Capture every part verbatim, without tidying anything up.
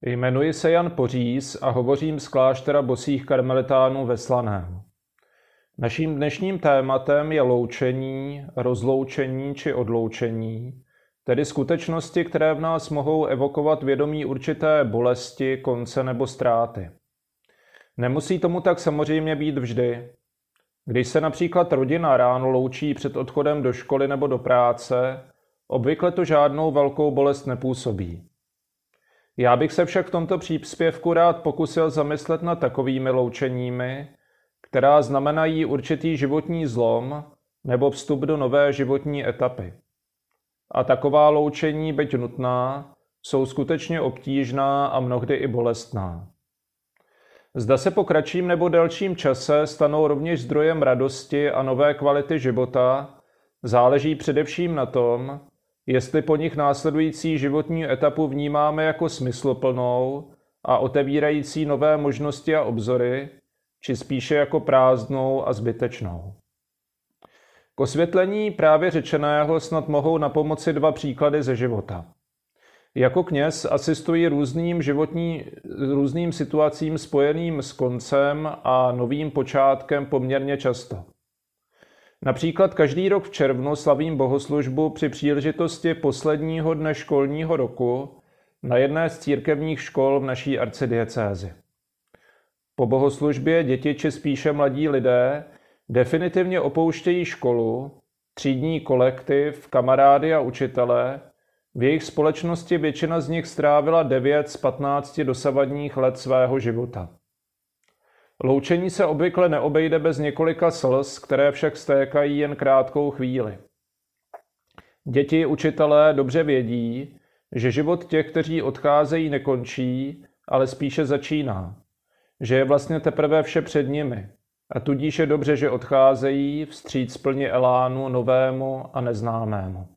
Jmenuji se Jan Poříz a hovořím z kláštera bosých karmelitánů ve Slaném. Naším dnešním tématem je loučení, rozloučení či odloučení, tedy skutečnosti, které v nás mohou evokovat vědomí určité bolesti, konce nebo ztráty. Nemusí tomu tak samozřejmě být vždy. Když se například rodina ráno loučí před odchodem do školy nebo do práce, obvykle to žádnou velkou bolest nepůsobí. Já bych se však v tomto příspěvku rád pokusil zamyslet nad takovými loučeními, která znamenají určitý životní zlom nebo vstup do nové životní etapy. A taková loučení, byť nutná, jsou skutečně obtížná a mnohdy i bolestná. Zda se po kratším nebo delším čase stanou rovněž zdrojem radosti a nové kvality života, záleží především na tom, jestli po nich následující životní etapu vnímáme jako smysluplnou a otevírající nové možnosti a obzory, či spíše jako prázdnou a zbytečnou. K osvětlení právě řečeného snad mohou napomoci dva příklady ze života. Jako kněz asistuji různým životní, různým situacím spojeným s koncem a novým počátkem poměrně často. Například každý rok v červnu slavím bohoslužbu při příležitosti posledního dne školního roku na jedné z církevních škol v naší arcidiecézi. Po bohoslužbě děti či spíše mladí lidé definitivně opouštějí školu, třídní kolektiv, kamarády a učitele. V jejich společnosti většina z nich strávila devět z patnácti dosavadních let svého života. Loučení se obvykle neobejde bez několika slz, které však stékají jen krátkou chvíli. Děti i učitelé dobře vědí, že život těch, kteří odcházejí, nekončí, ale spíše začíná. Že je vlastně teprve vše před nimi. A tudíž je dobře, že odcházejí vstříc plně elánu novému a neznámému.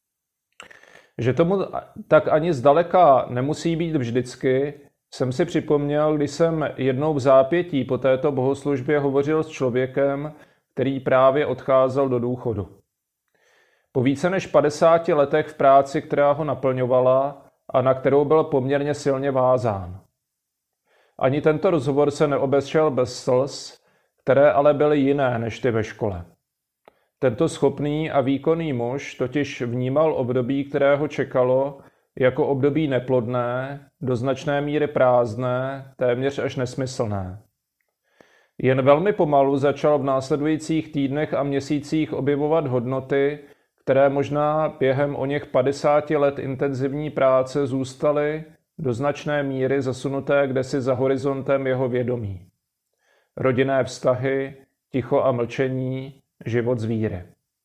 Že tomu tak ani zdaleka nemusí být vždycky, jsem si připomněl, když jsem jednou v zápětí po této bohoslužbě hovořil s člověkem, který právě odcházel do důchodu. Po více než padesáti letech v práci, která ho naplňovala a na kterou byl poměrně silně vázán. Ani tento rozhovor se neobešel bez slz, které ale byly jiné než ty ve škole. Tento schopný a výkonný muž totiž vnímal období, které ho čekalo, jako období neplodné, do značné míry prázdné, téměř až nesmyslné. Jen velmi pomalu začal v následujících týdnech a měsících objevovat hodnoty, které možná během oněch padesáti let intenzivní práce zůstaly do značné míry zasunuté kdesi za horizontem jeho vědomí. Rodinné vztahy, ticho a mlčení, život z víry.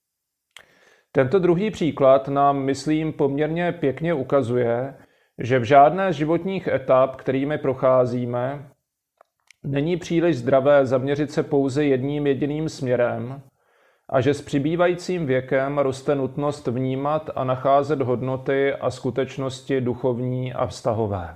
Tento druhý příklad nám, myslím, poměrně pěkně ukazuje, že v žádné z životních etap, kterými procházíme, není příliš zdravé zaměřit se pouze jedním jediným směrem a že s přibývajícím věkem roste nutnost vnímat a nacházet hodnoty a skutečnosti duchovní a vztahové.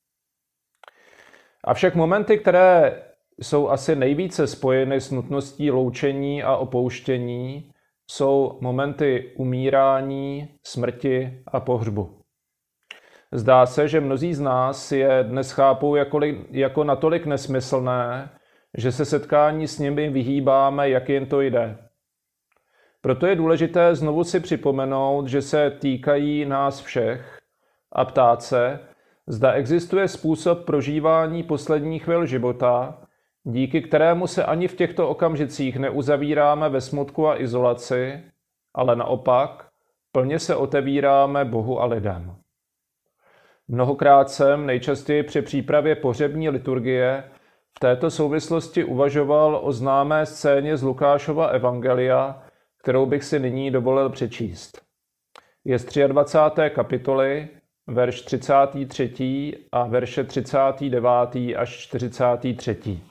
Avšak momenty, které jsou asi nejvíce spojeny s nutností loučení a opouštění, jsou momenty umírání, smrti a pohřbu. Zdá se, že mnozí z nás je dnes chápou jako, jako natolik nesmyslné, že se setkání s nimi vyhýbáme, jak jen to jde. Proto je důležité znovu si připomenout, že se týkají nás všech a ptát se, zda existuje způsob prožívání posledních chvil života, díky kterému se ani v těchto okamžicích neuzavíráme ve smutku a izolaci, ale naopak plně se otevíráme Bohu a lidem. Mnohokrát jsem, nejčastěji při přípravě pohřební liturgie, v této souvislosti uvažoval o známé scéně z Lukášova evangelia, kterou bych si nyní dovolil přečíst. Je z dvacáté třetí kapitoly, verš třicátý třetí a verše třicátý devátý až čtyřicátý třetí.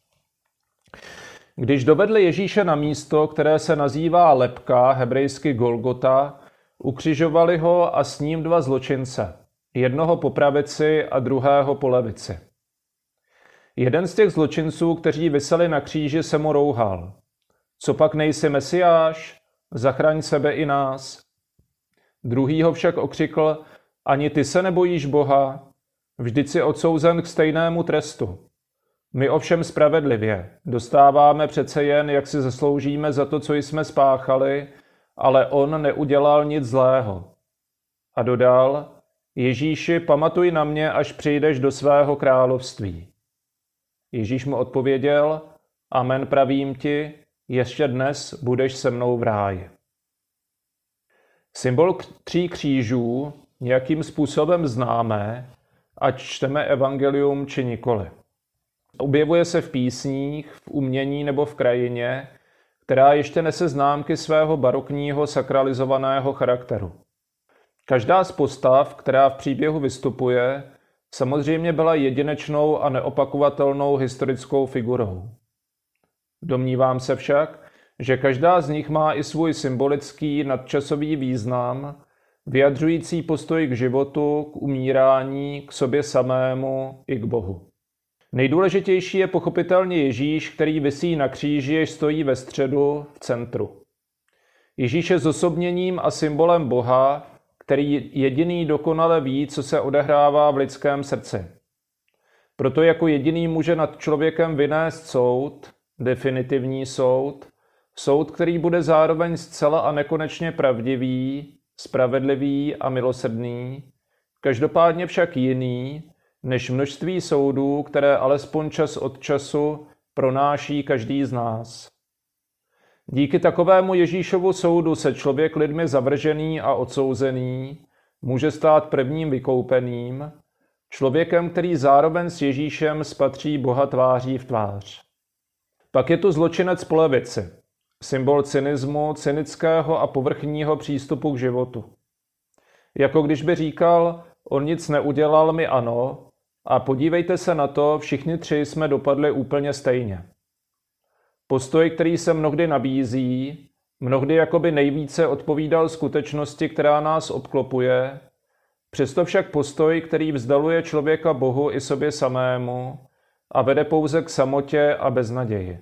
Když dovedli Ježíše na místo, které se nazývá lebka, hebrejsky Golgota, ukřižovali ho a s ním dva zločince, jednoho po pravici a druhého po levici. Jeden z těch zločinců, kteří viseli na kříži, se mu rouhal. Co pak nejsi Mesiáš? Zachraň sebe i nás. Druhý ho však okřikl, ani ty se nebojíš Boha? Vždyť si odsouzen k stejnému trestu. My ovšem spravedlivě dostáváme přece jen, jak si zasloužíme za to, co jsme spáchali, ale on neudělal nic zlého. A dodal, Ježíši, pamatuj na mě, až přijdeš do svého království. Ježíš mu odpověděl, amen pravím ti, ještě dnes budeš se mnou v ráji. Symbol tří křížů nějakým způsobem známe, ať čteme evangelium či nikoli. Objevuje se v písních, v umění nebo v krajině, která ještě nese známky svého barokního sakralizovaného charakteru. Každá z postav, která v příběhu vystupuje, samozřejmě byla jedinečnou a neopakovatelnou historickou figurou. Domnívám se však, že každá z nich má i svůj symbolický nadčasový význam, vyjadřující postoj k životu, k umírání, k sobě samému i k Bohu. Nejdůležitější je pochopitelně Ježíš, který visí na kříži, jež stojí ve středu, v centru. Ježíš je zosobněním a symbolem Boha, který jediný dokonale ví, co se odehrává v lidském srdci. Proto jako jediný může nad člověkem vynést soud, definitivní soud, soud, který bude zároveň zcela a nekonečně pravdivý, spravedlivý a milosrdný, každopádně však jiný, než množství soudů, které alespoň čas od času pronáší každý z nás. Díky takovému Ježíšovu soudu se člověk lidmi zavržený a odsouzený může stát prvním vykoupeným, člověkem, který zároveň s Ježíšem spatří Boha tváří v tvář. Pak je tu zločinec po levici, symbol cynismu, cynického a povrchního přístupu k životu. Jako když by říkal, on nic neudělal, my ano, a podívejte se na to, všichni tři jsme dopadli úplně stejně. Postoj, který se mnohdy nabízí, mnohdy jakoby nejvíce odpovídal skutečnosti, která nás obklopuje, přesto však postoj, který vzdaluje člověka Bohu i sobě samému a vede pouze k samotě a beznaději.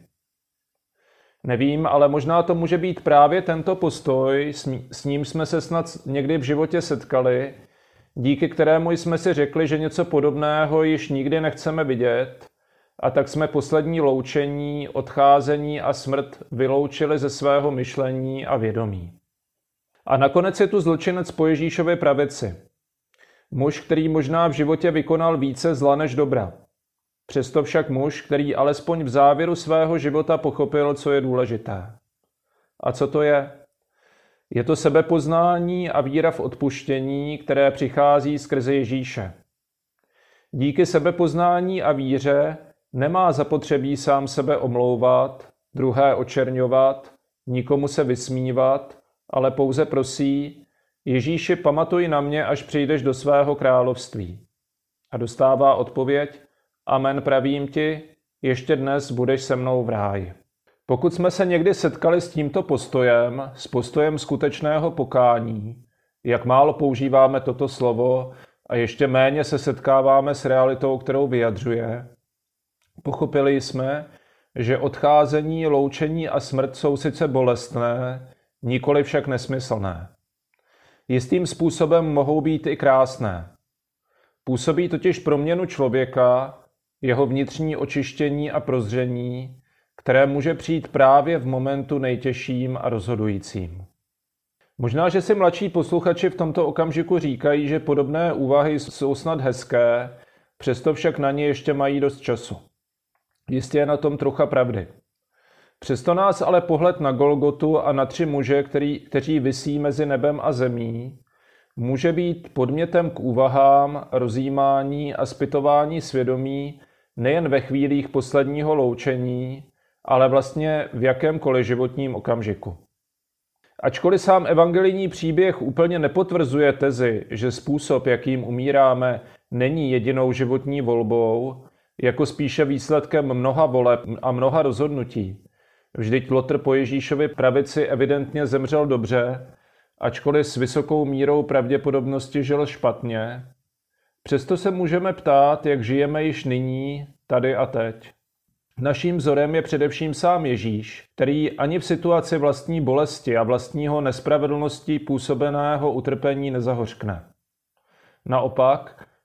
Nevím, ale možná to může být právě tento postoj, s ním jsme se snad někdy v životě setkali, díky kterému jsme si řekli, že něco podobného již nikdy nechceme vidět, a tak jsme poslední loučení, odcházení a smrt vyloučili ze svého myšlení a vědomí. A nakonec je tu zločinec po Ježíšově pravici. Muž, který možná v životě vykonal více zla než dobra. Přesto však muž, který alespoň v závěru svého života pochopil, co je důležité. A co to je? Je to sebepoznání a víra v odpuštění, které přichází skrze Ježíše. Díky sebepoznání a víře nemá zapotřebí sám sebe omlouvat, druhé očerňovat, nikomu se vysmívat, ale pouze prosí, Ježíši, pamatuj na mě, až přijdeš do svého království. A dostává odpověď, amen pravím ti, ještě dnes budeš se mnou v ráji. Pokud jsme se někdy setkali s tímto postojem, s postojem skutečného pokání, jak málo používáme toto slovo a ještě méně se setkáváme s realitou, kterou vyjadřuje, pochopili jsme, že odcházení, loučení a smrt jsou sice bolestné, nikoli však nesmyslné. Jistým způsobem mohou být i krásné. Působí totiž proměnu člověka, jeho vnitřní očištění a prozření, které může přijít právě v momentu nejtěžším a rozhodujícím. Možná, že si mladší posluchači v tomto okamžiku říkají, že podobné úvahy jsou snad hezké, přesto však na ně ještě mají dost času. Jistě je na tom trocha pravdy. Přesto nás ale pohled na Golgotu a na tři muže, který, kteří visí mezi nebem a zemí, může být podmětem k úvahám, rozjímání a zpytování svědomí nejen ve chvílích posledního loučení, ale vlastně v jakémkoliv životním okamžiku. Ačkoliv sám evangelijní příběh úplně nepotvrzuje tezi, že způsob, jakým umíráme, není jedinou životní volbou, jako spíše výsledkem mnoha voleb a mnoha rozhodnutí. Vždyť Lotr po Ježíšově pravici evidentně zemřel dobře, ačkoliv s vysokou mírou pravděpodobnosti žil špatně. Přesto se můžeme ptát, jak žijeme již nyní, tady a teď. Naším vzorem je především sám Ježíš, který ani v situaci vlastní bolesti a vlastního nespravedlností působeného utrpení nezahořkne. Naopak,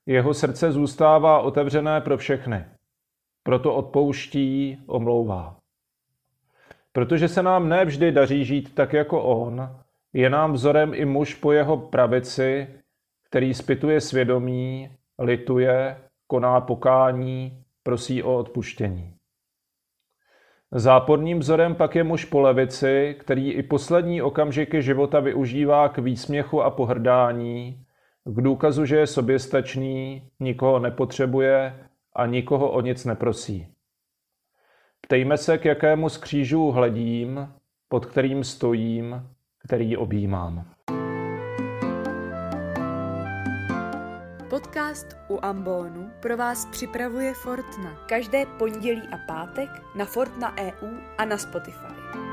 Jeho srdce zůstává otevřené pro všechny. Proto odpouští, omlouvá. Protože se nám ne vždy daří žít tak jako on, je nám vzorem i muž po jeho pravici, který zpytuje svědomí, lituje, koná pokání, prosí o odpuštění. Záporným vzorem pak je muž po levici, který i poslední okamžiky života využívá k výsměchu a pohrdání, k důkazu, že je soběstačný, nikoho nepotřebuje a nikoho o nic neprosí. Ptejme se, k jakému z křížů hledím, pod kterým stojím, který objímám. Podcast u Ambonu pro vás připravuje Fortna. Každé pondělí a pátek na Fortna tečka e u a na Spotify.